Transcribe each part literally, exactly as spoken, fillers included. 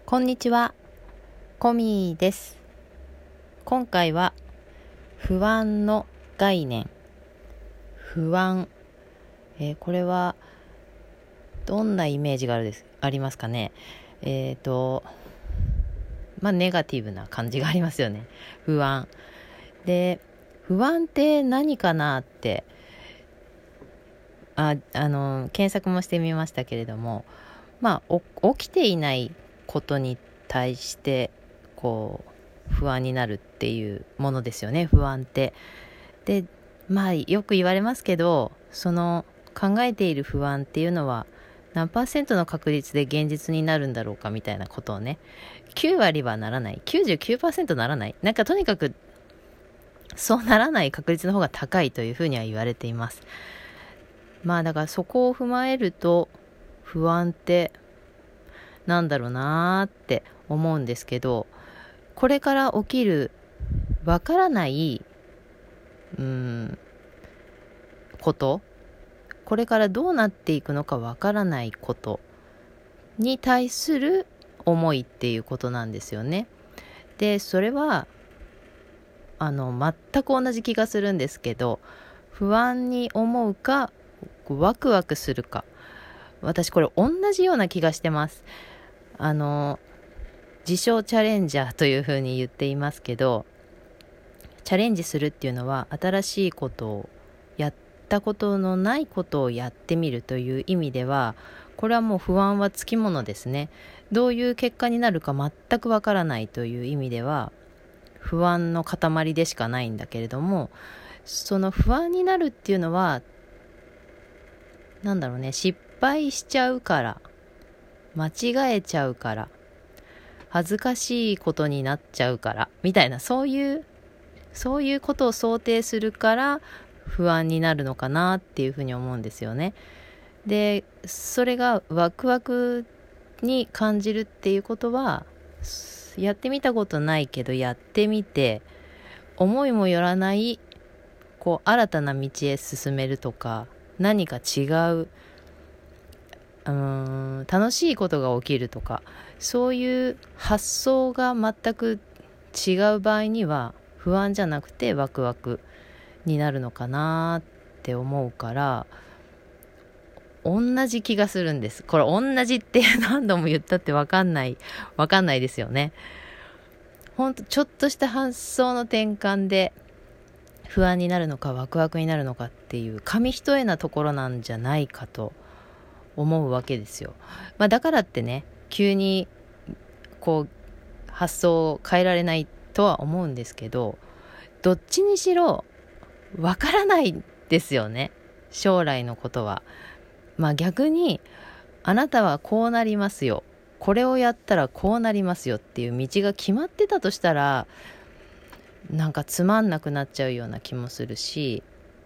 こんにちは、コミです。今回は不安の概念。不安、えーこれはどんなイメージがあるですありますかね。えっ、とまあネガティブな感じがありますよね。不安で、不安って何かなってああの検索もしてみましたけれども、まあ起きていないことに対してこう不安になるっていうものですよね、不安って。で、まあよく言われますけど、その考えている不安っていうのは何パーセントの確率で現実になるんだろうかみたいなことをね、きゅう割はならない、きゅうじゅうきゅうパーセントならない、なんかとにかくそうならない確率の方が高いというふうには言われています。まあだからそこを踏まえると、不安ってなんだろうなーって思うんですけど、これから起きるわからないうーんことこれからどうなっていくのかわからないことに対する思いっていうことなんですよね。で、それはあの全く同じ気がするんですけど、不安に思うかワクワクするか、私これ同じような気がしてます。あの自称チャレンジャーというふうに言っていますけど、チャレンジするっていうのは新しいことをやったことのないことをやってみるという意味では、これはもう不安はつきものですね。どういう結果になるか全くわからないという意味では不安の塊でしかないんだけれども、その不安になるっていうのはなんだろうね、失敗しちゃうから、間違えちゃうから、恥ずかしいことになっちゃうからみたいな、そういうそういうことを想定するから不安になるのかなっていうふうに思うんですよね。で、それがワクワクに感じるっていうことは、やってみたことないけどやってみて思いもよらないこう新たな道へ進めるとか、何か違ううーん楽しいことが起きるとか、そういう発想が全く違う場合には不安じゃなくてワクワクになるのかなって思うから、同じ気がするんです。これ同じって何度も言ったって分かんない分かんないですよね。ほんとちょっとした発想の転換で不安になるのかワクワクになるのかっていう紙一重なところなんじゃないかと思うわけですよ。まあ、だからってね、急にこう発想を変えられないとは思うんですけど、どっちにしろわからないですよね、将来のことは。まあ逆に、あなたはこうなりますよ、これをやったらこうなりますよっていう道が決まってたとしたら、なんかつまんなくなっちゃうような気もするし、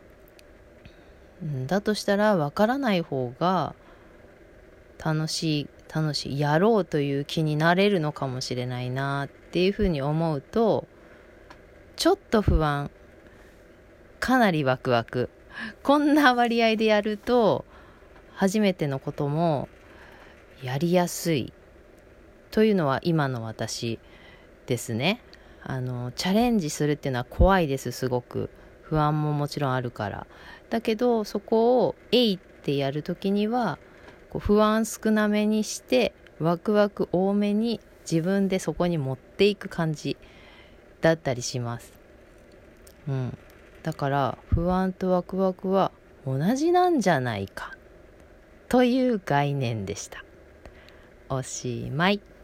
だとしたらわからない方が楽しい楽しいやろうという気になれるのかもしれないなっていうふうに思うと、ちょっと不安、かなりワクワク、こんな割合でやると初めてのこともやりやすいというのは今の私ですね。あのチャレンジするっていうのは怖いです。すごく不安ももちろんあるから。だけどそこをえいってやるときにはこう不安少なめにしてワクワク多めに自分でそこに持っていく感じだったりします。うん。だから不安とワクワクは同じなんじゃないかという概念でした。おしまい。